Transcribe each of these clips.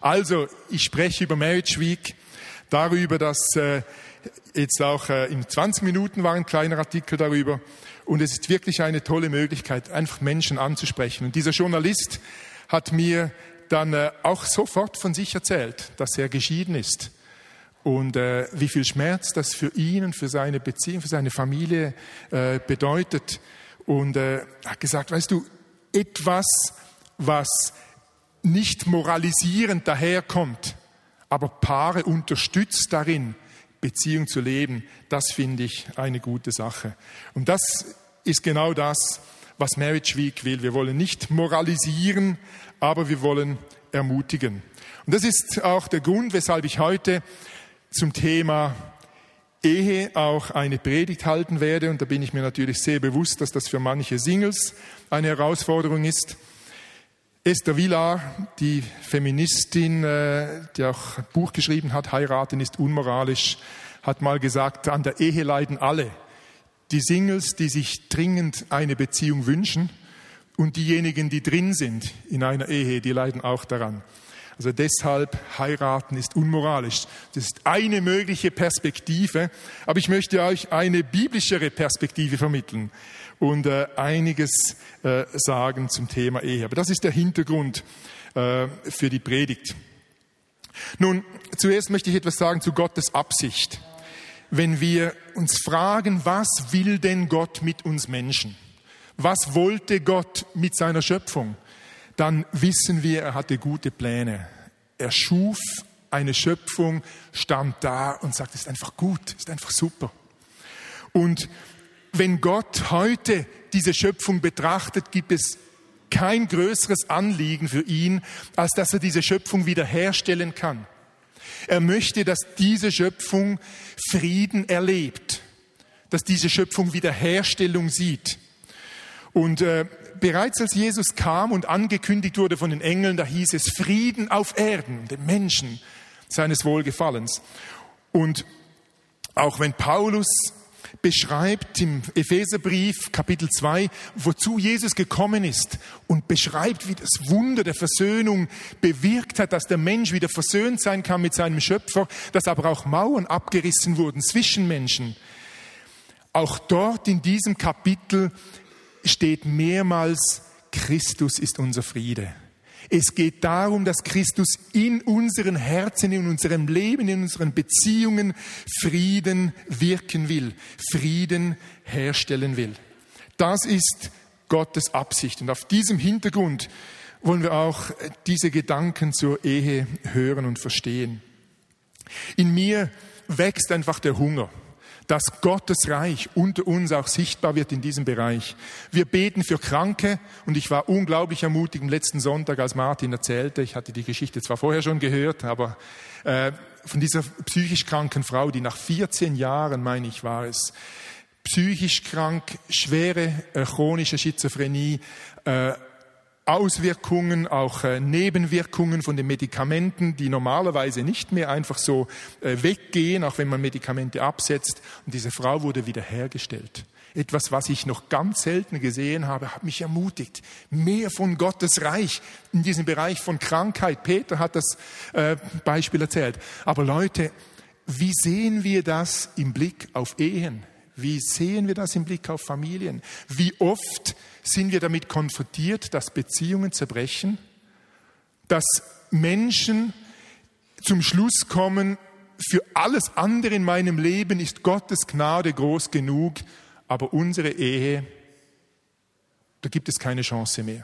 Also, ich spreche über Marriage Week, darüber, dass jetzt auch in 20 Minuten war ein kleiner Artikel darüber. Und es ist wirklich eine tolle Möglichkeit, einfach Menschen anzusprechen. Und dieser Journalist hat mir dann auch sofort von sich erzählt, dass er geschieden ist. Und wie viel Schmerz das für ihn und für seine Beziehung, für seine Familie bedeutet. Und hat gesagt, weißt du, etwas, was nicht moralisierend daherkommt, aber Paare unterstützt darin, Beziehung zu leben, das finde ich eine gute Sache. Und das ist genau das, was Marriage Week will. Wir wollen nicht moralisieren, aber wir wollen ermutigen. Und das ist auch der Grund, weshalb ich heute zum Thema Ehe auch eine Predigt halten werde. Und da bin ich mir natürlich sehr bewusst, dass das für manche Singles eine Herausforderung ist. Esther Vilar, die Feministin, die auch ein Buch geschrieben hat, Heiraten ist unmoralisch, hat mal gesagt, an der Ehe leiden alle. Die Singles, die sich dringend eine Beziehung wünschen, und diejenigen, die drin sind in einer Ehe, die leiden auch daran. Also deshalb, heiraten ist unmoralisch. Das ist eine mögliche Perspektive, aber ich möchte euch eine biblischere Perspektive vermitteln und einiges sagen zum Thema Ehe. Aber das ist der Hintergrund für die Predigt. Nun, zuerst möchte ich etwas sagen zu Gottes Absicht. Wenn wir uns fragen, was will denn Gott mit uns Menschen? Was wollte Gott mit seiner Schöpfung? Dann wissen wir, er hatte gute Pläne. Er schuf eine Schöpfung, stand da und sagt, es ist einfach gut, es ist einfach super. Und wenn Gott heute diese Schöpfung betrachtet, gibt es kein größeres Anliegen für ihn, als dass er diese Schöpfung wiederherstellen kann. Er möchte, dass diese Schöpfung Frieden erlebt, dass diese Schöpfung Wiederherstellung sieht. Und bereits als Jesus kam und angekündigt wurde von den Engeln, da hieß es Frieden auf Erden, den Menschen seines Wohlgefallens. Und auch wenn Paulus beschreibt im Epheserbrief Kapitel 2, wozu Jesus gekommen ist und beschreibt, wie das Wunder der Versöhnung bewirkt hat, dass der Mensch wieder versöhnt sein kann mit seinem Schöpfer, dass aber auch Mauern abgerissen wurden zwischen Menschen. Auch dort in diesem Kapitel steht mehrmals, Christus ist unser Friede. Es geht darum, dass Christus in unseren Herzen, in unserem Leben, in unseren Beziehungen Frieden wirken will, Frieden herstellen will. Das ist Gottes Absicht. Und auf diesem Hintergrund wollen wir auch diese Gedanken zur Ehe hören und verstehen. In mir wächst einfach der Hunger, dass Gottes Reich unter uns auch sichtbar wird in diesem Bereich. Wir beten für Kranke und ich war unglaublich ermutigt am letzten Sonntag, als Martin erzählte, ich hatte die Geschichte zwar vorher schon gehört, aber von dieser psychisch kranken Frau, die nach 14 Jahren, meine ich, war es, psychisch krank, schwere chronische Schizophrenie, Auswirkungen, auch Nebenwirkungen von den Medikamenten, die normalerweise nicht mehr einfach so weggehen, auch wenn man Medikamente absetzt. Und diese Frau wurde wiederhergestellt. Etwas, was ich noch ganz selten gesehen habe, hat mich ermutigt. Mehr von Gottes Reich in diesem Bereich von Krankheit. Peter hat das Beispiel erzählt. Aber Leute, wie sehen wir das im Blick auf Ehen? Wie sehen wir das im Blick auf Familien? Wie oft sind wir damit konfrontiert, dass Beziehungen zerbrechen? Dass Menschen zum Schluss kommen, für alles andere in meinem Leben ist Gottes Gnade groß genug, aber unsere Ehe, da gibt es keine Chance mehr.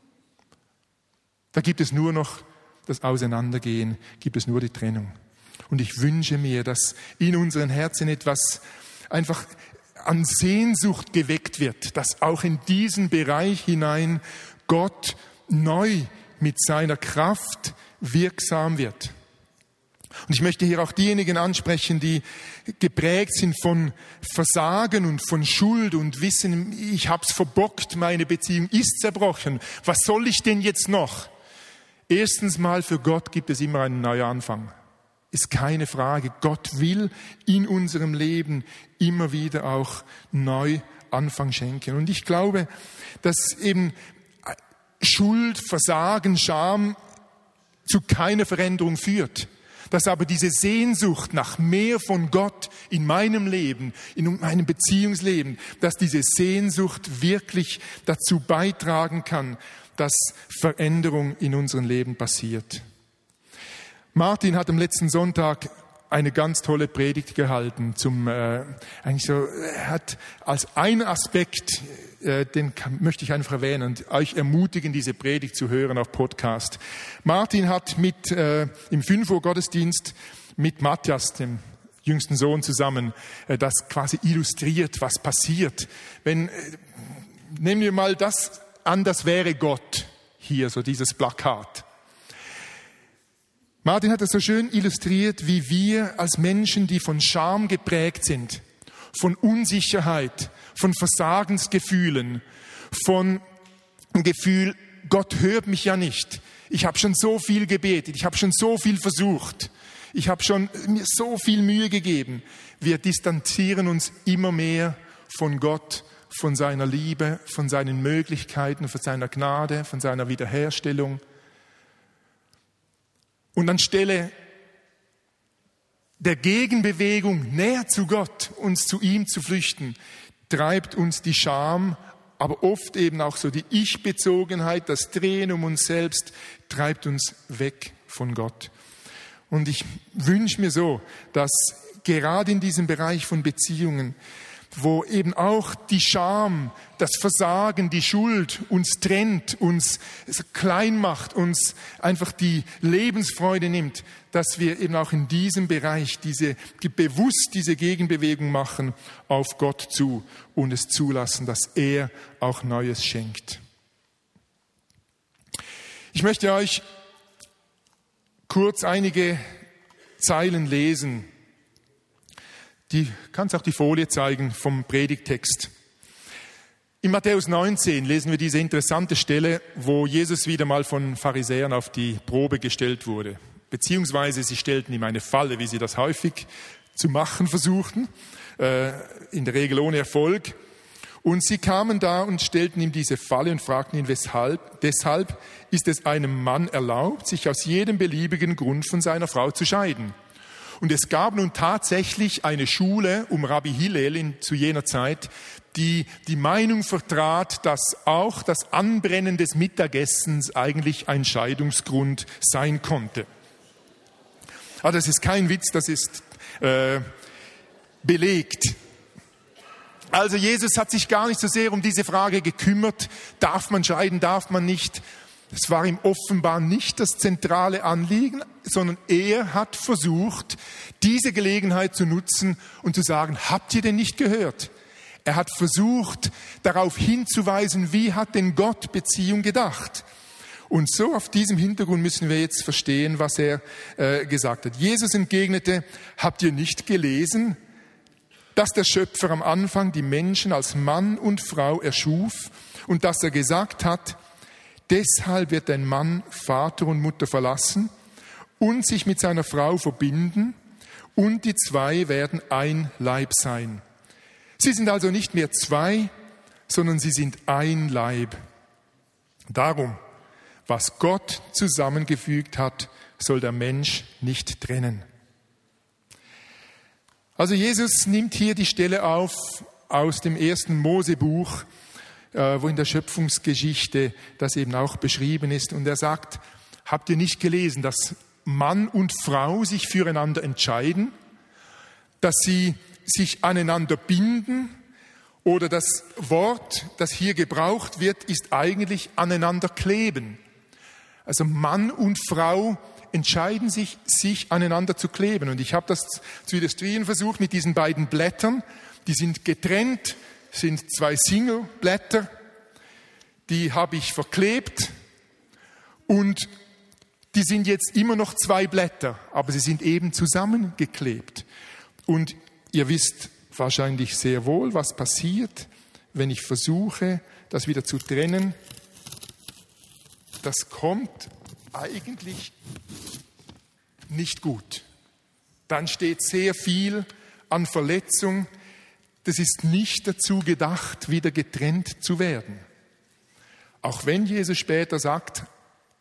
Da gibt es nur noch das Auseinandergehen, gibt es nur die Trennung. Und ich wünsche mir, dass in unseren Herzen etwas einfach an Sehnsucht geweckt wird, dass auch in diesen Bereich hinein Gott neu mit seiner Kraft wirksam wird. Und ich möchte hier auch diejenigen ansprechen, die geprägt sind von Versagen und von Schuld und wissen, ich hab's verbockt, meine Beziehung ist zerbrochen. Was soll ich denn jetzt noch? Erstens mal, für Gott gibt es immer einen Neuanfang. Ist keine Frage. Gott will in unserem Leben immer wieder auch Neuanfang schenken. Und ich glaube, dass eben Schuld, Versagen, Scham zu keiner Veränderung führt. Dass aber diese Sehnsucht nach mehr von Gott in meinem Leben, in meinem Beziehungsleben, dass diese Sehnsucht wirklich dazu beitragen kann, dass Veränderung in unserem Leben passiert. Martin hat am letzten Sonntag eine ganz tolle Predigt gehalten er hat als einen Aspekt, möchte ich einfach erwähnen und euch ermutigen, diese Predigt zu hören auf Podcast. Martin hat im 5 Uhr Gottesdienst mit Matthias, dem jüngsten Sohn, zusammen das quasi illustriert, was passiert. Nehmen wir mal das an, das wäre Gott hier, so dieses Plakat. Martin hat es so schön illustriert, wie wir als Menschen, die von Scham geprägt sind, von Unsicherheit, von Versagensgefühlen, von dem Gefühl, Gott hört mich ja nicht. Ich habe schon so viel gebetet, ich habe schon so viel versucht, ich habe schon mir so viel Mühe gegeben. Wir distanzieren uns immer mehr von Gott, von seiner Liebe, von seinen Möglichkeiten, von seiner Gnade, von seiner Wiederherstellung. Und anstelle der Gegenbewegung näher zu Gott, uns zu ihm zu flüchten, treibt uns die Scham, aber oft eben auch so die Ich-Bezogenheit, das Drehen um uns selbst, treibt uns weg von Gott. Und ich wünsche mir so, dass gerade in diesem Bereich von Beziehungen, wo eben auch die Scham, das Versagen, die Schuld uns trennt, uns klein macht, uns einfach die Lebensfreude nimmt, dass wir eben auch in diesem Bereich bewusst diese Gegenbewegung machen auf Gott zu und es zulassen, dass er auch Neues schenkt. Ich möchte euch kurz einige Zeilen lesen. Kannst auch die Folie zeigen vom Predigttext. In Matthäus 19 lesen wir diese interessante Stelle, wo Jesus wieder mal von Pharisäern auf die Probe gestellt wurde. Beziehungsweise sie stellten ihm eine Falle, wie sie das häufig zu machen versuchten, in der Regel ohne Erfolg. Und sie kamen da und stellten ihm diese Falle und fragten ihn, weshalb. Deshalb ist es einem Mann erlaubt, sich aus jedem beliebigen Grund von seiner Frau zu scheiden. Und es gab nun tatsächlich eine Schule um Rabbi Hillel zu jener Zeit, die Meinung vertrat, dass auch das Anbrennen des Mittagessens eigentlich ein Scheidungsgrund sein konnte. Aber das ist kein Witz, das ist belegt. Also Jesus hat sich gar nicht so sehr um diese Frage gekümmert, darf man scheiden, darf man nicht. Es war ihm offenbar nicht das zentrale Anliegen, sondern er hat versucht, diese Gelegenheit zu nutzen und zu sagen, habt ihr denn nicht gehört? Er hat versucht, darauf hinzuweisen, wie hat denn Gott Beziehung gedacht? Und so auf diesem Hintergrund müssen wir jetzt verstehen, was er gesagt hat. Jesus entgegnete, habt ihr nicht gelesen, dass der Schöpfer am Anfang die Menschen als Mann und Frau erschuf und dass er gesagt hat, deshalb wird ein Mann Vater und Mutter verlassen und sich mit seiner Frau verbinden und die zwei werden ein Leib sein. Sie sind also nicht mehr zwei, sondern sie sind ein Leib. Darum, was Gott zusammengefügt hat, soll der Mensch nicht trennen. Also Jesus nimmt hier die Stelle auf aus dem 1. Mosebuch, wo in der Schöpfungsgeschichte das eben auch beschrieben ist. Und er sagt, habt ihr nicht gelesen, dass Mann und Frau sich füreinander entscheiden, dass sie sich aneinander binden oder das Wort, das hier gebraucht wird, ist eigentlich aneinander kleben. Also Mann und Frau entscheiden sich aneinander zu kleben. Und ich habe das zu illustrieren versucht mit diesen beiden Blättern. Die sind getrennt, sind zwei Singleblätter, die habe ich verklebt und die sind jetzt immer noch zwei Blätter, aber sie sind eben zusammengeklebt. Und ihr wisst wahrscheinlich sehr wohl, was passiert, wenn ich versuche, das wieder zu trennen. Das kommt eigentlich nicht gut. Dann steht sehr viel an Verletzung. Das ist nicht dazu gedacht, wieder getrennt zu werden. Auch wenn Jesus später sagt,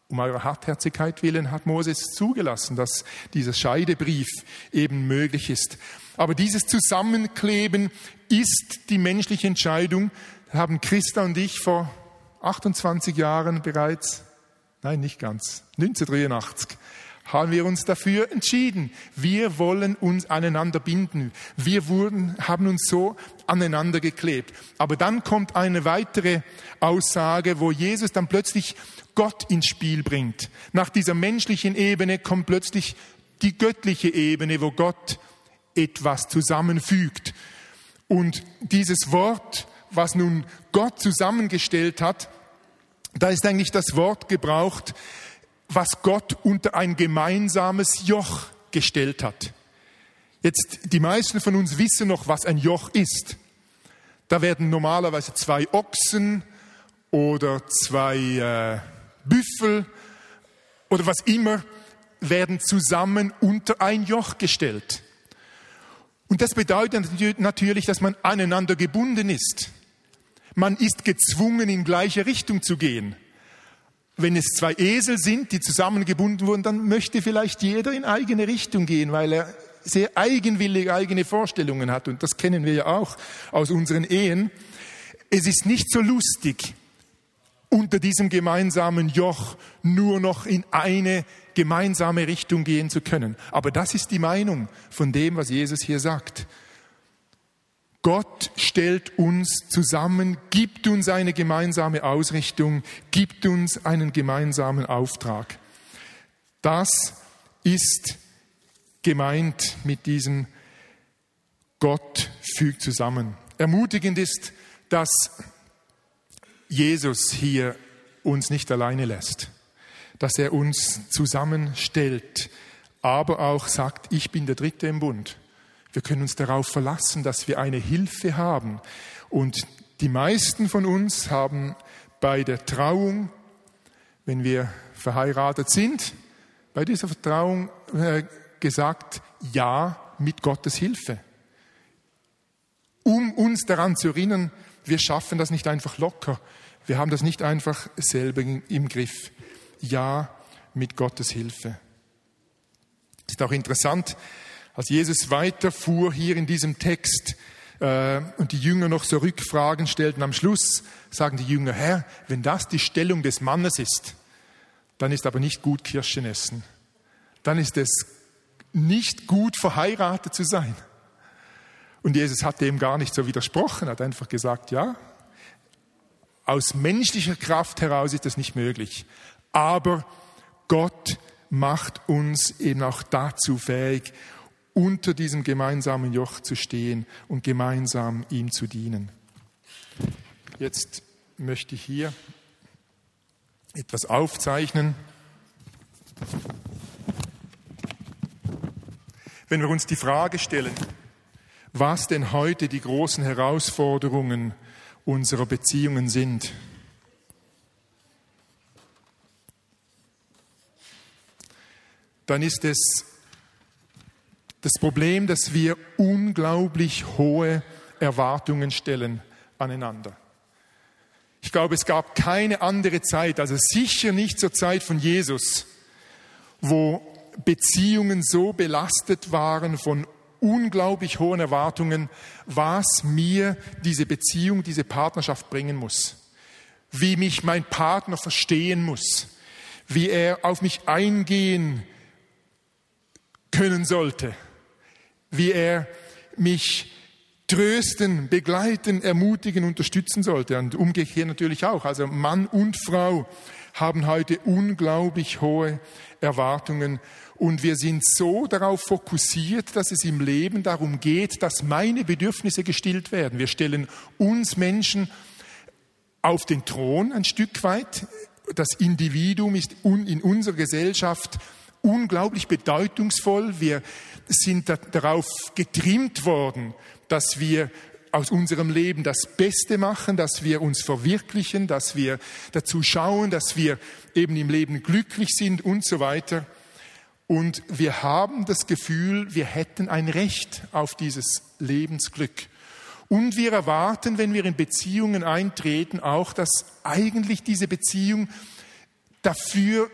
Um eurer Hartherzigkeit willen hat Mose es zugelassen, dass dieser Scheidebrief eben möglich ist. Aber dieses Zusammenkleben ist die menschliche Entscheidung. Da haben Christa und ich vor 28 Jahren bereits, nein, nicht ganz, 1983, haben wir uns dafür entschieden. Wir wollen uns aneinander binden. Haben uns so aneinander geklebt. Aber dann kommt eine weitere Aussage, wo Jesus dann plötzlich Gott ins Spiel bringt. Nach dieser menschlichen Ebene kommt plötzlich die göttliche Ebene, wo Gott etwas zusammenfügt. Und dieses Wort, was nun Gott zusammengestellt hat, da ist eigentlich das Wort gebraucht, was Gott unter ein gemeinsames Joch gestellt hat. Jetzt, die meisten von uns wissen noch, was ein Joch ist. Da werden normalerweise 2 Ochsen oder 2 Büffel oder was immer, werden zusammen unter ein Joch gestellt. Und das bedeutet natürlich, dass man aneinander gebunden ist. Man ist gezwungen, in gleiche Richtung zu gehen. Wenn es 2 Esel sind, die zusammengebunden wurden, dann möchte vielleicht jeder in eigene Richtung gehen, weil er sehr eigenwillig eigene Vorstellungen hat. Und das kennen wir ja auch aus unseren Ehen. Es ist nicht so lustig, unter diesem gemeinsamen Joch nur noch in eine gemeinsame Richtung gehen zu können. Aber das ist die Meinung von dem, was Jesus hier sagt. Gott stellt uns zusammen, gibt uns eine gemeinsame Ausrichtung, gibt uns einen gemeinsamen Auftrag. Das ist gemeint mit diesem Gott fügt zusammen. Ermutigend ist, dass Jesus hier uns nicht alleine lässt, dass er uns zusammenstellt, aber auch sagt, ich bin der Dritte im Bund. Wir können uns darauf verlassen, dass wir eine Hilfe haben. Und die meisten von uns haben bei der Trauung, wenn wir verheiratet sind, bei dieser Trauung gesagt, ja, mit Gottes Hilfe. Um uns daran zu erinnern, wir schaffen das nicht einfach locker. Wir haben das nicht einfach selber im Griff. Ja, mit Gottes Hilfe. Es ist auch interessant, als Jesus weiterfuhr hier in diesem Text und die Jünger noch so Rückfragen stellten, am Schluss sagen die Jünger, Herr, wenn das die Stellung des Mannes ist, dann ist aber nicht gut Kirschen essen. Dann ist es nicht gut, verheiratet zu sein. Und Jesus hat dem gar nicht so widersprochen, hat einfach gesagt, ja, aus menschlicher Kraft heraus ist das nicht möglich. Aber Gott macht uns eben auch dazu fähig, unter diesem gemeinsamen Joch zu stehen und gemeinsam ihm zu dienen. Jetzt möchte ich hier etwas aufzeichnen. Wenn wir uns die Frage stellen, was denn heute die großen Herausforderungen unserer Beziehungen sind, dann ist es das Problem, dass wir unglaublich hohe Erwartungen stellen aneinander. Ich glaube, es gab keine andere Zeit, also sicher nicht zur Zeit von Jesus, wo Beziehungen so belastet waren von unglaublich hohen Erwartungen, was mir diese Beziehung, diese Partnerschaft bringen muss. Wie mich mein Partner verstehen muss. Wie er auf mich eingehen können sollte. Wie er mich trösten, begleiten, ermutigen, unterstützen sollte. Und umgekehrt natürlich auch. Also Mann und Frau haben heute unglaublich hohe Erwartungen. Und wir sind so darauf fokussiert, dass es im Leben darum geht, dass meine Bedürfnisse gestillt werden. Wir stellen uns Menschen auf den Thron ein Stück weit. Das Individuum ist in unserer Gesellschaft unglaublich bedeutungsvoll. Wir sind darauf getrimmt worden, dass wir aus unserem Leben das Beste machen, dass wir uns verwirklichen, dass wir dazu schauen, dass wir eben im Leben glücklich sind und so weiter. Und wir haben das Gefühl, wir hätten ein Recht auf dieses Lebensglück. Und wir erwarten, wenn wir in Beziehungen eintreten, auch, dass eigentlich diese Beziehung dafür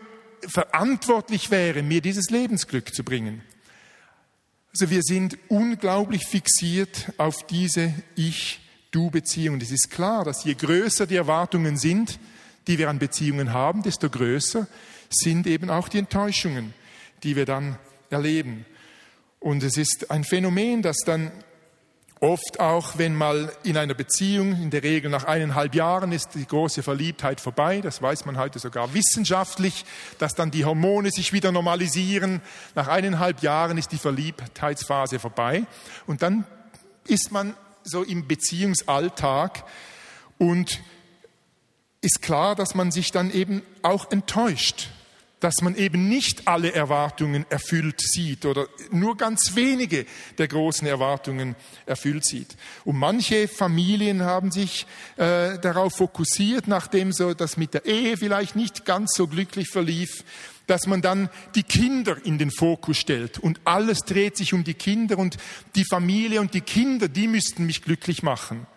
verantwortlich wäre, mir dieses Lebensglück zu bringen. Also wir sind unglaublich fixiert auf diese Ich-Du-Beziehung. Es ist klar, dass je größer die Erwartungen sind, die wir an Beziehungen haben, desto größer sind eben auch die Enttäuschungen, die wir dann erleben. Und es ist ein Phänomen, das dann oft auch, wenn mal in einer Beziehung, in der Regel nach 1,5 Jahren ist die große Verliebtheit vorbei, das weiß man heute sogar wissenschaftlich, dass dann die Hormone sich wieder normalisieren. Nach 1,5 Jahren ist die Verliebtheitsphase vorbei und dann ist man so im Beziehungsalltag und ist klar, dass man sich dann eben auch enttäuscht, dass man eben nicht alle Erwartungen erfüllt sieht oder nur ganz wenige der großen Erwartungen erfüllt sieht. Und manche Familien haben sich darauf fokussiert, nachdem so das mit der Ehe vielleicht nicht ganz so glücklich verlief, dass man dann die Kinder in den Fokus stellt und alles dreht sich um die Kinder und die Familie und die Kinder, die müssten mich glücklich machen.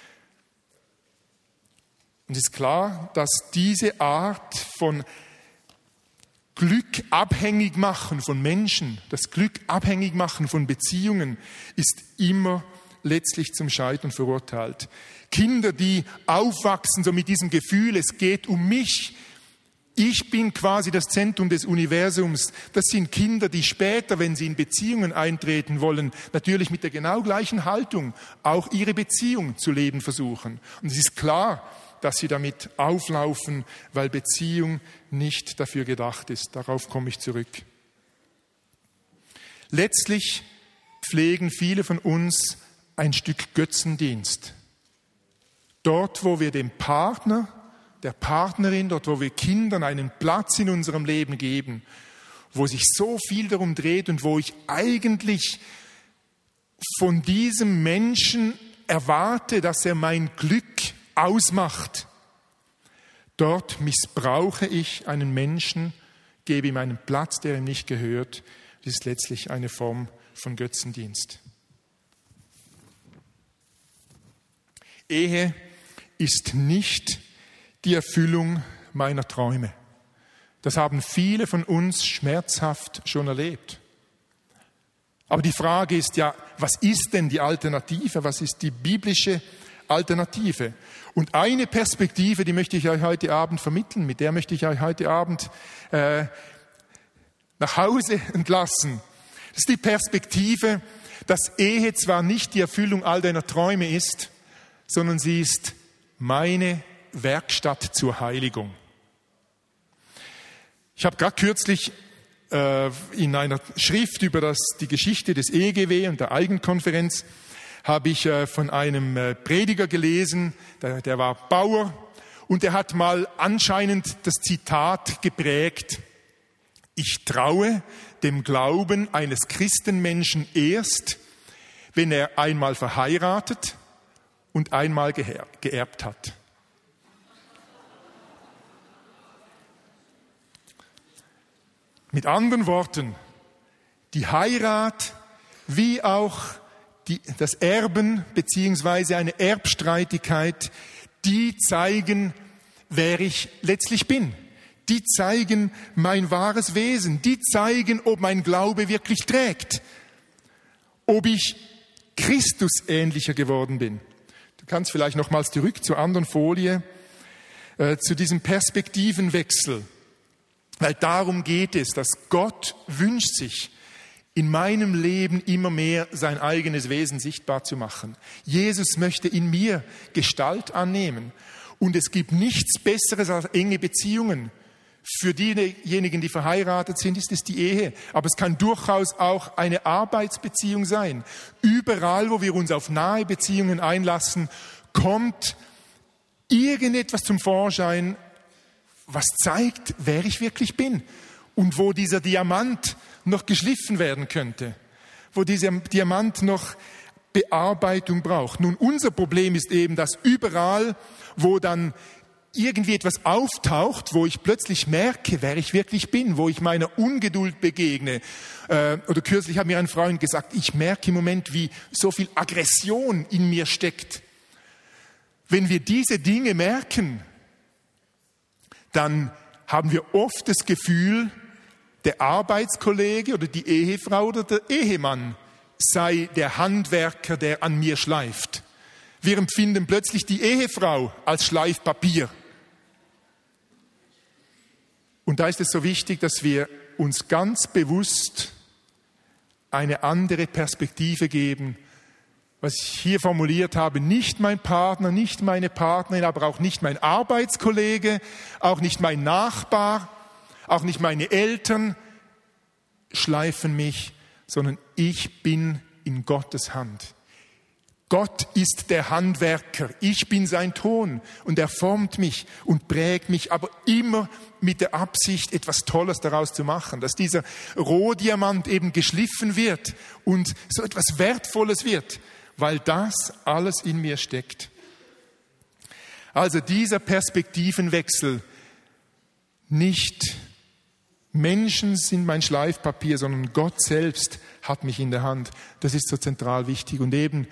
Und es ist klar, dass diese Art von Glück abhängig machen von Menschen, das Glück abhängig machen von Beziehungen, ist immer letztlich zum Scheitern verurteilt. Kinder, die aufwachsen so mit diesem Gefühl, es geht um mich, ich bin quasi das Zentrum des Universums, das sind Kinder, die später, wenn sie in Beziehungen eintreten wollen, natürlich mit der genau gleichen Haltung auch ihre Beziehung zu leben versuchen. Und es ist klar, dass sie damit auflaufen, weil Beziehung nicht dafür gedacht ist. Darauf komme ich zurück. Letztlich pflegen viele von uns ein Stück Götzendienst. Dort, wo wir dem Partner, der Partnerin, dort, wo wir Kindern einen Platz in unserem Leben geben, wo sich so viel darum dreht und wo ich eigentlich von diesem Menschen erwarte, dass er mein Glück ausmacht. Dort missbrauche ich einen Menschen, gebe ihm einen Platz, der ihm nicht gehört. Das ist letztlich eine Form von Götzendienst. Ehe ist nicht die Erfüllung meiner Träume. Das haben viele von uns schmerzhaft schon erlebt. Aber die Frage ist ja, was ist denn die Alternative? Was ist die biblische Alternative? Und eine Perspektive, die möchte ich euch heute Abend vermitteln, mit der möchte ich euch heute Abend nach Hause entlassen. Das ist die Perspektive, dass Ehe zwar nicht die Erfüllung all deiner Träume ist, sondern sie ist meine Werkstatt zur Heiligung. Ich habe gerade kürzlich in einer Schrift über die Geschichte des EGW und der Eigenkonferenz habe ich von einem Prediger gelesen, der war Bauer und der hat mal anscheinend das Zitat geprägt: Ich traue dem Glauben eines Christenmenschen erst, wenn er einmal verheiratet und einmal geerbt hat. Mit anderen Worten, die Heirat wie auch das Erben bzw. eine Erbstreitigkeit, die zeigen, wer ich letztlich bin. Die zeigen mein wahres Wesen. Die zeigen, ob mein Glaube wirklich trägt. Ob ich Christus ähnlicher geworden bin. Du kannst vielleicht nochmals zurück zur anderen Folie, zu diesem Perspektivenwechsel. Weil darum geht es, dass Gott wünscht sich, in meinem Leben immer mehr sein eigenes Wesen sichtbar zu machen. Jesus möchte in mir Gestalt annehmen. Und es gibt nichts Besseres als enge Beziehungen. Für diejenigen, die verheiratet sind, ist es die Ehe. Aber es kann durchaus auch eine Arbeitsbeziehung sein. Überall, wo wir uns auf nahe Beziehungen einlassen, kommt irgendetwas zum Vorschein, was zeigt, wer ich wirklich bin. Und wo dieser Diamant noch geschliffen werden könnte, wo dieser Diamant noch Bearbeitung braucht. Nun, unser Problem ist eben, dass überall, wo dann irgendwie etwas auftaucht, wo ich plötzlich merke, wer ich wirklich bin, wo ich meiner Ungeduld begegne. Oder kürzlich hat mir ein Freund gesagt, ich merke im Moment, wie so viel Aggression in mir steckt. Wenn wir diese Dinge merken, dann haben wir oft das Gefühl, der Arbeitskollege oder die Ehefrau oder der Ehemann sei der Handwerker, der an mir schleift. Wir empfinden plötzlich die Ehefrau als Schleifpapier. Und da ist es so wichtig, dass wir uns ganz bewusst eine andere Perspektive geben. Was ich hier formuliert habe, nicht mein Partner, nicht meine Partnerin, aber auch nicht mein Arbeitskollege, auch nicht mein Nachbar, auch nicht meine Eltern schleifen mich, sondern ich bin in Gottes Hand. Gott ist der Handwerker, ich bin sein Ton und er formt mich und prägt mich, aber immer mit der Absicht, etwas Tolles daraus zu machen, dass dieser Rohdiamant eben geschliffen wird und so etwas Wertvolles wird, weil das alles in mir steckt. Also dieser Perspektivenwechsel, nicht Menschen sind mein Schleifpapier, sondern Gott selbst hat mich in der Hand. Das ist so zentral wichtig. Und eben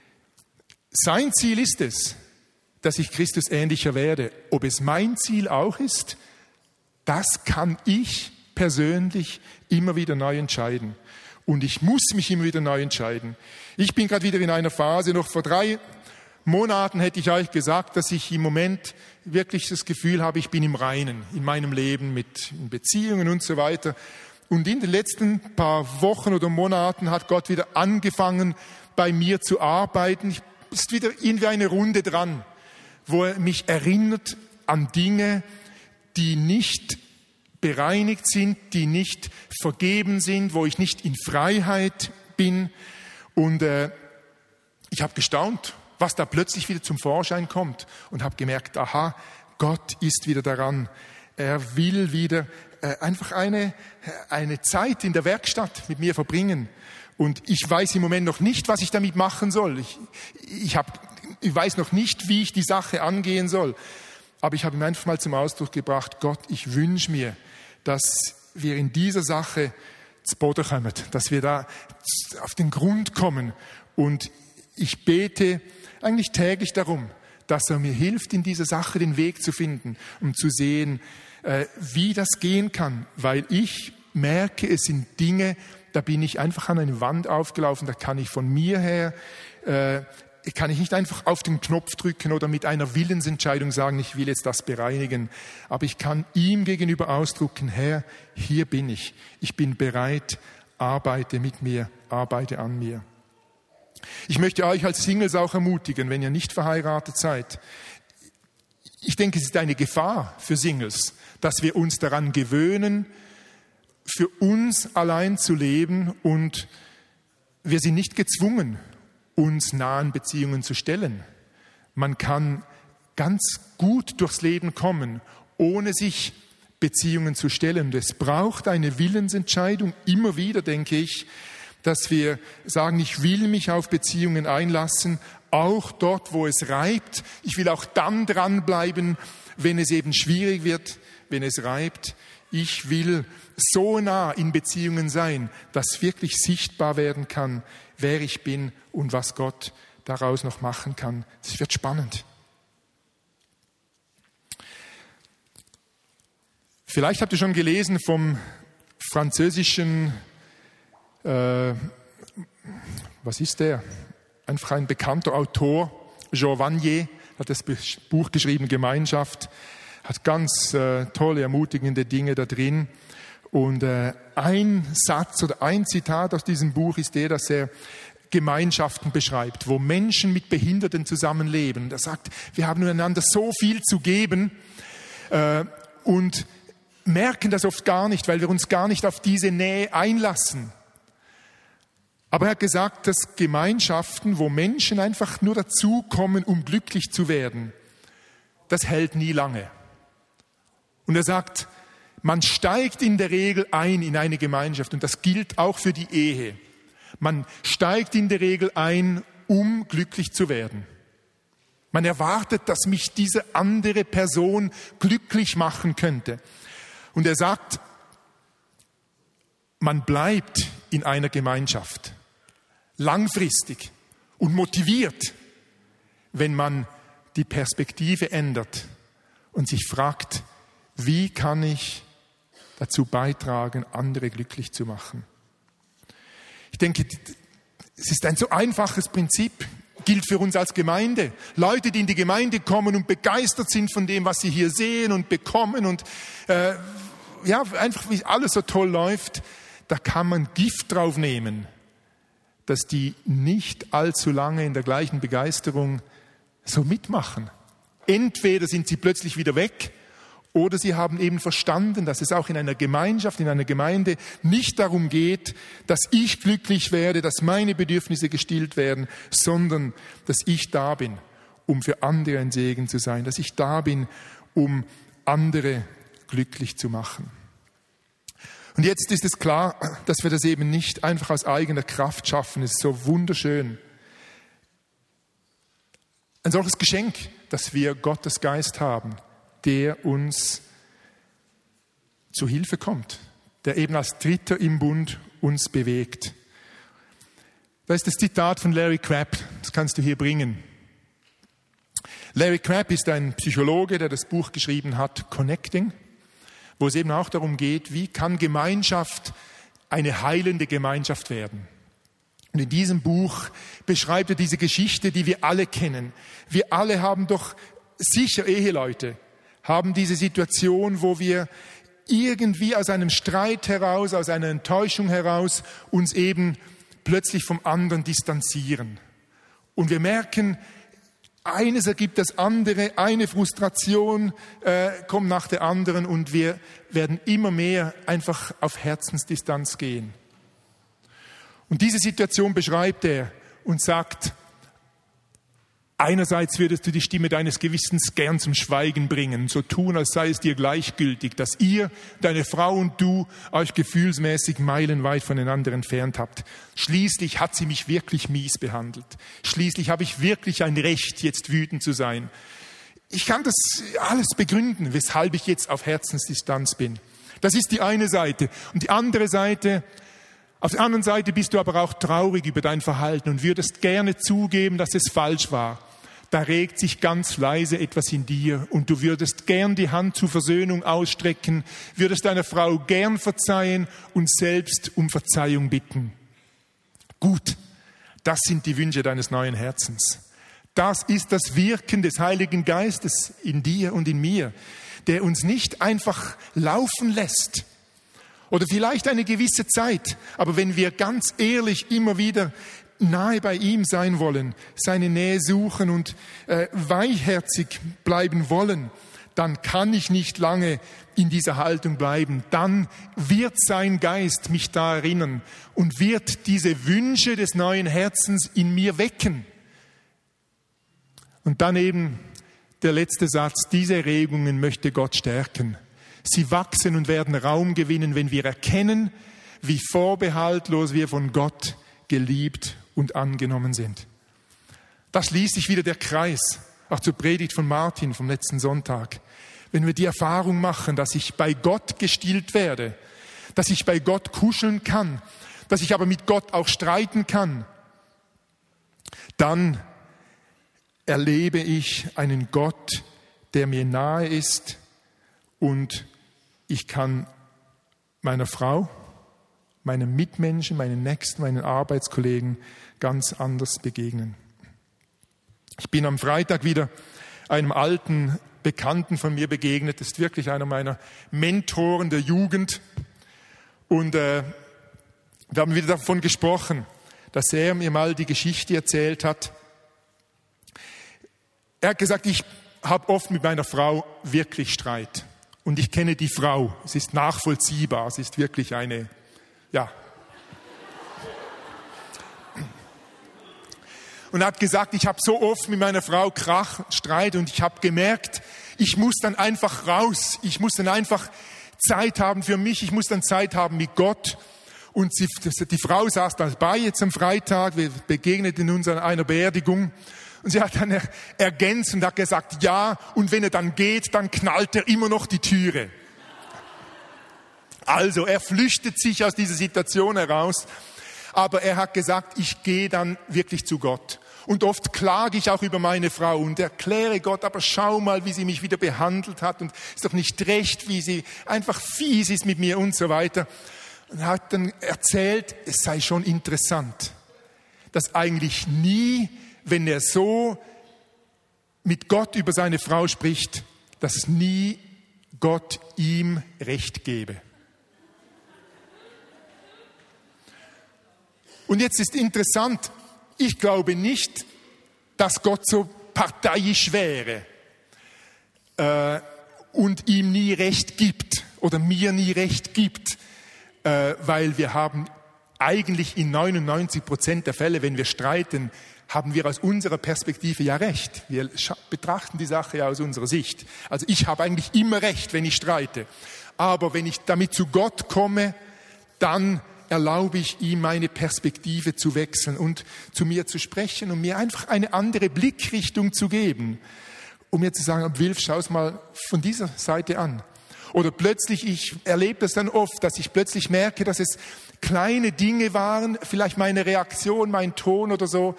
sein Ziel ist es, dass ich Christus ähnlicher werde. Ob es mein Ziel auch ist, das kann ich persönlich immer wieder neu entscheiden. Und ich muss mich immer wieder neu entscheiden. Ich bin gerade wieder in einer Phase, noch vor 3 Monaten hätte ich euch gesagt, dass ich im Moment wirklich das Gefühl habe, ich bin im Reinen in meinem Leben mit Beziehungen und so weiter. Und in den letzten paar Wochen oder Monaten hat Gott wieder angefangen, bei mir zu arbeiten. Ist wieder irgendwie eine Runde dran, wo er mich erinnert an Dinge, die nicht bereinigt sind, die nicht vergeben sind, wo ich nicht in Freiheit bin. Und ich habe gestaunt, was da plötzlich wieder zum Vorschein kommt und habe gemerkt, aha, Gott ist wieder daran. Er will wieder einfach eine Zeit in der Werkstatt mit mir verbringen. Und ich weiß im Moment noch nicht, was ich damit machen soll. Ich weiß noch nicht, wie ich die Sache angehen soll. Aber ich habe ihm einfach mal zum Ausdruck gebracht, Gott, ich wünsche mir, dass wir in dieser Sache zu Boden kommen, dass wir da auf den Grund kommen. Und ich bete eigentlich täglich darum, dass er mir hilft, in dieser Sache den Weg zu finden, um zu sehen, wie das gehen kann. Weil ich merke, es sind Dinge, da bin ich einfach an eine Wand aufgelaufen, da kann ich von mir her, kann ich nicht einfach auf den Knopf drücken oder mit einer Willensentscheidung sagen, ich will jetzt das bereinigen. Aber ich kann ihm gegenüber ausdrücken, Herr, hier bin ich. Ich bin bereit, arbeite mit mir, arbeite an mir. Ich möchte euch als Singles auch ermutigen, wenn ihr nicht verheiratet seid. Ich denke, es ist eine Gefahr für Singles, dass wir uns daran gewöhnen, für uns allein zu leben und wir sind nicht gezwungen, uns nahen Beziehungen zu stellen. Man kann ganz gut durchs Leben kommen, ohne sich Beziehungen zu stellen. Und es braucht eine Willensentscheidung, immer wieder, denke ich, dass wir sagen, ich will mich auf Beziehungen einlassen, auch dort, wo es reibt. Ich will auch dann dranbleiben, wenn es eben schwierig wird, wenn es reibt. Ich will so nah in Beziehungen sein, dass wirklich sichtbar werden kann, wer ich bin und was Gott daraus noch machen kann. Das wird spannend. Vielleicht habt ihr schon gelesen vom französischen, was ist der? Einfach ein bekannter Autor, Jean Vanier, hat das Buch geschrieben, Gemeinschaft, hat ganz tolle, ermutigende Dinge da drin. Und ein Satz oder ein Zitat aus diesem Buch ist der, dass er Gemeinschaften beschreibt, wo Menschen mit Behinderten zusammenleben. Und er sagt, wir haben einander so viel zu geben und merken das oft gar nicht, weil wir uns gar nicht auf diese Nähe einlassen. Aber er hat gesagt, dass Gemeinschaften, wo Menschen einfach nur dazukommen, um glücklich zu werden, das hält nie lange. Und er sagt, man steigt in der Regel ein in eine Gemeinschaft und das gilt auch für die Ehe. Man steigt in der Regel ein, um glücklich zu werden. Man erwartet, dass mich diese andere Person glücklich machen könnte. Und er sagt, man bleibt in einer Gemeinschaft langfristig und motiviert, wenn man die Perspektive ändert und sich fragt, Wie kann ich dazu beitragen, andere glücklich zu machen? Ich denke, es ist ein so einfaches Prinzip, gilt für uns als Gemeinde. Leute, die in die Gemeinde kommen und begeistert sind von dem, was sie hier sehen und bekommen und einfach wie alles so toll läuft, da kann man Gift drauf nehmen, dass die nicht allzu lange in der gleichen Begeisterung so mitmachen. Entweder sind sie plötzlich wieder weg oder sie haben eben verstanden, dass es auch in einer Gemeinschaft, in einer Gemeinde nicht darum geht, dass ich glücklich werde, dass meine Bedürfnisse gestillt werden, sondern dass ich da bin, um für andere ein Segen zu sein, dass ich da bin, um andere glücklich zu machen. Und jetzt ist es klar, dass wir das eben nicht einfach aus eigener Kraft schaffen. Es ist so wunderschön. Ein solches Geschenk, dass wir Gottes Geist haben, der uns zu Hilfe kommt, der eben als Dritter im Bund uns bewegt. Da ist das Zitat von Larry Crabb, das kannst du hier bringen. Larry Crabb ist ein Psychologe, der das Buch geschrieben hat, Connecting, wo es eben auch darum geht, wie kann Gemeinschaft eine heilende Gemeinschaft werden. Und in diesem Buch beschreibt er diese Geschichte, die wir alle kennen. Wir alle haben doch sicher Eheleute, haben diese Situation, wo wir irgendwie aus einem Streit heraus, aus einer Enttäuschung heraus uns eben plötzlich vom anderen distanzieren. Und wir merken, eines ergibt das andere, eine Frustration kommt nach der anderen und wir werden immer mehr einfach auf Herzensdistanz gehen. Und diese Situation beschreibt er und sagt, einerseits würdest du die Stimme deines Gewissens gern zum Schweigen bringen, so tun, als sei es dir gleichgültig, dass ihr, deine Frau und du, euch gefühlsmäßig meilenweit voneinander entfernt habt. Schließlich hat sie mich wirklich mies behandelt. Schließlich habe ich wirklich ein Recht, jetzt wütend zu sein. Ich kann das alles begründen, weshalb ich jetzt auf Herzensdistanz bin. Das ist die eine Seite. Und die andere Seite, auf der anderen Seite bist du aber auch traurig über dein Verhalten und würdest gerne zugeben, dass es falsch war. Da regt sich ganz leise etwas in dir und du würdest gern die Hand zur Versöhnung ausstrecken, würdest deiner Frau gern verzeihen und selbst um Verzeihung bitten. Gut, das sind die Wünsche deines neuen Herzens. Das ist das Wirken des Heiligen Geistes in dir und in mir, der uns nicht einfach laufen lässt. Oder vielleicht eine gewisse Zeit. Aber wenn wir ganz ehrlich immer wieder nahe bei ihm sein wollen, seine Nähe suchen und weichherzig bleiben wollen, dann kann ich nicht lange in dieser Haltung bleiben. Dann wird sein Geist mich da erinnern und wird diese Wünsche des neuen Herzens in mir wecken. Und dann eben der letzte Satz, diese Regungen möchte Gott stärken. Sie wachsen und werden Raum gewinnen, wenn wir erkennen, wie vorbehaltlos wir von Gott geliebt und angenommen sind. Da schließt sich wieder der Kreis, auch zur Predigt von Martin vom letzten Sonntag. Wenn wir die Erfahrung machen, dass ich bei Gott gestillt werde, dass ich bei Gott kuscheln kann, dass ich aber mit Gott auch streiten kann, dann erlebe ich einen Gott, der mir nahe ist und ich kann meiner Frau, meinen Mitmenschen, meinen Nächsten, meinen Arbeitskollegen ganz anders begegnen. Ich bin am Freitag wieder einem alten Bekannten von mir begegnet. Das ist wirklich einer meiner Mentoren der Jugend. Und wir haben wieder davon gesprochen, dass er mir mal die Geschichte erzählt hat. Er hat gesagt, ich habe oft mit meiner Frau wirklich Streit. Und ich kenne die Frau. Es ist nachvollziehbar. Es ist wirklich eine, ja. Und er hat gesagt, ich habe so oft mit meiner Frau Streit und ich habe gemerkt, ich muss dann einfach raus. Ich muss dann einfach Zeit haben für mich. Ich muss dann Zeit haben mit Gott. Und die Frau saß dabei jetzt am Freitag. Wir begegneten uns an einer Beerdigung. Und sie hat dann ergänzt und hat gesagt, ja, und wenn er dann geht, dann knallt er immer noch die Türe. Also er flüchtet sich aus dieser Situation heraus, aber er hat gesagt, ich gehe dann wirklich zu Gott. Und oft klage ich auch über meine Frau und erkläre Gott, aber schau mal, wie sie mich wieder behandelt hat und ist doch nicht recht, wie sie einfach fies ist mit mir und so weiter. Und er hat dann erzählt, es sei schon interessant, dass eigentlich nie, wenn er so mit Gott über seine Frau spricht, dass nie Gott ihm Recht gebe. Und jetzt ist interessant, ich glaube nicht, dass Gott so parteiisch wäre und ihm nie Recht gibt oder mir nie Recht gibt, weil wir haben eigentlich in 99% der Fälle, wenn wir streiten, haben wir aus unserer Perspektive ja Recht. Wir betrachten die Sache ja aus unserer Sicht. Also ich habe eigentlich immer Recht, wenn ich streite. Aber wenn ich damit zu Gott komme, dann erlaube ich ihm, meine Perspektive zu wechseln und zu mir zu sprechen und mir einfach eine andere Blickrichtung zu geben, um mir zu sagen, Wilf, schau es mal von dieser Seite an. Oder plötzlich, ich erlebe das dann oft, dass ich plötzlich merke, dass es kleine Dinge waren, vielleicht meine Reaktion, mein Ton oder so,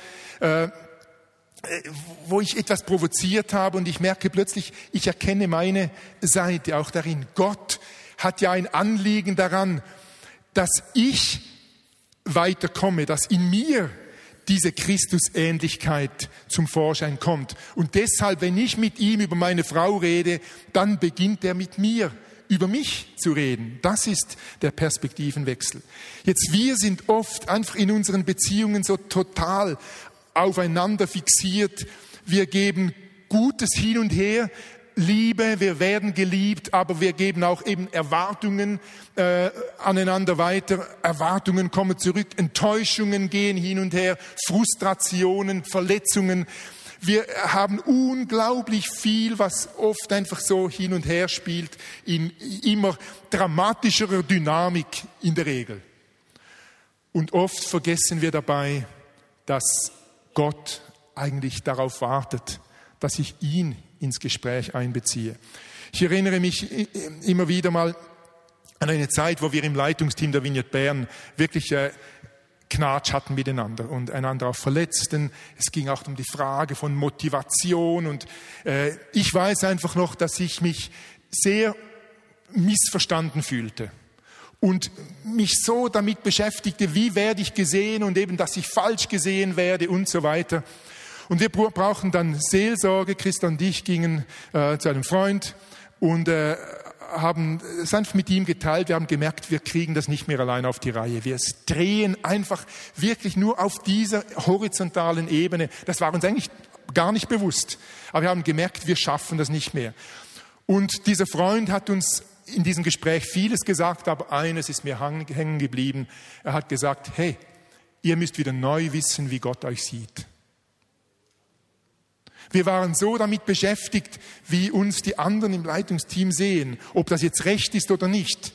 wo ich etwas provoziert habe und ich merke plötzlich, ich erkenne meine Seite auch darin. Gott hat ja ein Anliegen daran, dass ich weiterkomme, dass in mir diese Christusähnlichkeit zum Vorschein kommt. Und deshalb, wenn ich mit ihm über meine Frau rede, dann beginnt er mit mir über mich zu reden. Das ist der Perspektivenwechsel. Jetzt, wir sind oft einfach in unseren Beziehungen so total aufeinander fixiert. Wir geben Gutes hin und her, Liebe, wir werden geliebt, aber wir geben auch eben Erwartungen aneinander weiter. Erwartungen kommen zurück, Enttäuschungen gehen hin und her, Frustrationen, Verletzungen. Wir haben unglaublich viel, was oft einfach so hin und her spielt, in immer dramatischerer Dynamik in der Regel. Und oft vergessen wir dabei, dass Gott eigentlich darauf wartet, dass ich ihn ins Gespräch einbeziehe. Ich erinnere mich immer wieder mal an eine Zeit, wo wir im Leitungsteam der Vineyard Bern wirklich Knatsch hatten miteinander und einander auch verletzten. Es ging auch um die Frage von Motivation und ich weiß einfach noch, dass ich mich sehr missverstanden fühlte und mich so damit beschäftigte, wie werde ich gesehen und eben, dass ich falsch gesehen werde und so weiter. Und wir brauchen dann Seelsorge. Christa und ich gingen zu einem Freund und haben es einfach mit ihm geteilt. Wir haben gemerkt, wir kriegen das nicht mehr allein auf die Reihe. Wir drehen einfach wirklich nur auf dieser horizontalen Ebene. Das war uns eigentlich gar nicht bewusst. Aber wir haben gemerkt, wir schaffen das nicht mehr. Und dieser Freund hat uns in diesem Gespräch vieles gesagt, aber eines ist mir hängen geblieben. Er hat gesagt, hey, ihr müsst wieder neu wissen, wie Gott euch sieht. Wir waren so damit beschäftigt, wie uns die anderen im Leitungsteam sehen, ob das jetzt recht ist oder nicht.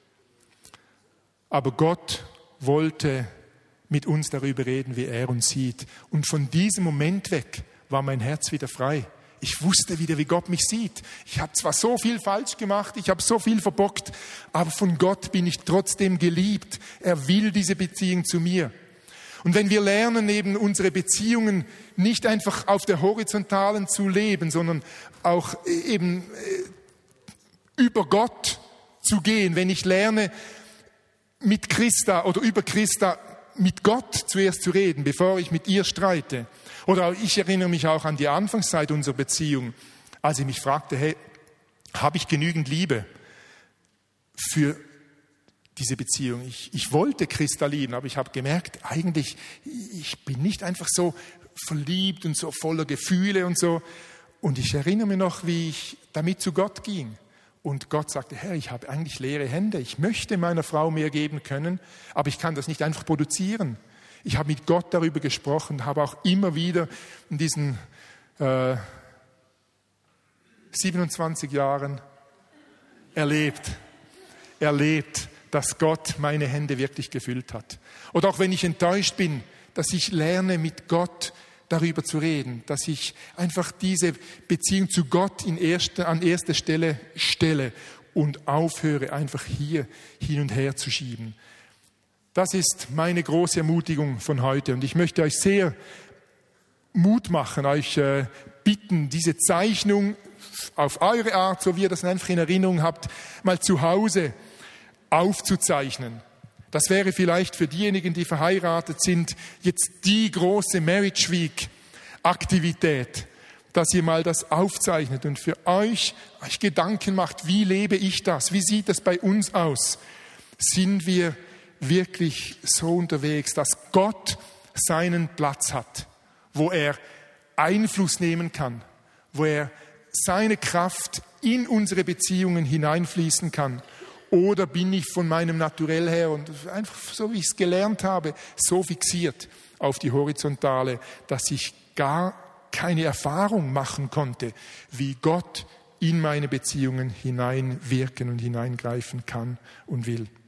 Aber Gott wollte mit uns darüber reden, wie er uns sieht. Und von diesem Moment weg war mein Herz wieder frei. Ich wusste wieder, wie Gott mich sieht. Ich habe zwar so viel falsch gemacht, ich habe so viel verbockt, aber von Gott bin ich trotzdem geliebt. Er will diese Beziehung zu mir. Und wenn wir lernen, eben unsere Beziehungen nicht einfach auf der Horizontalen zu leben, sondern auch eben über Gott zu gehen, wenn ich lerne, mit Christa oder über Christa mit Gott zuerst zu reden, bevor ich mit ihr streite. Oder ich erinnere mich auch an die Anfangszeit unserer Beziehung, als ich mich fragte, hey, habe ich genügend Liebe für diese Beziehung? Ich wollte Christa lieben, aber ich habe gemerkt, eigentlich, ich bin nicht einfach so verliebt und so voller Gefühle und so. Und ich erinnere mich noch, wie ich damit zu Gott ging. Und Gott sagte, Herr, ich habe eigentlich leere Hände. Ich möchte meiner Frau mehr geben können, aber ich kann das nicht einfach produzieren. Ich habe mit Gott darüber gesprochen, habe auch immer wieder in diesen 27 Jahren erlebt, dass Gott meine Hände wirklich gefüllt hat. Oder auch wenn ich enttäuscht bin, dass ich lerne, mit Gott darüber zu reden, dass ich einfach diese Beziehung zu Gott an erste Stelle stelle und aufhöre, einfach hier hin und her zu schieben. Das ist meine große Ermutigung von heute und ich möchte euch sehr Mut machen, euch bitten, diese Zeichnung auf eure Art, so wie ihr das einfach in Erinnerung habt, mal zu Hause aufzuzeichnen. Das wäre vielleicht für diejenigen, die verheiratet sind, jetzt die große Marriage Week Aktivität, dass ihr mal das aufzeichnet und für euch Gedanken macht, wie lebe ich das? Wie sieht das bei uns aus? Sind wir wirklich so unterwegs, dass Gott seinen Platz hat, wo er Einfluss nehmen kann, wo er seine Kraft in unsere Beziehungen hineinfließen kann? Oder bin ich von meinem Naturell her und einfach so, wie ich es gelernt habe, so fixiert auf die Horizontale, dass ich gar keine Erfahrung machen konnte, wie Gott in meine Beziehungen hineinwirken und hineingreifen kann und will.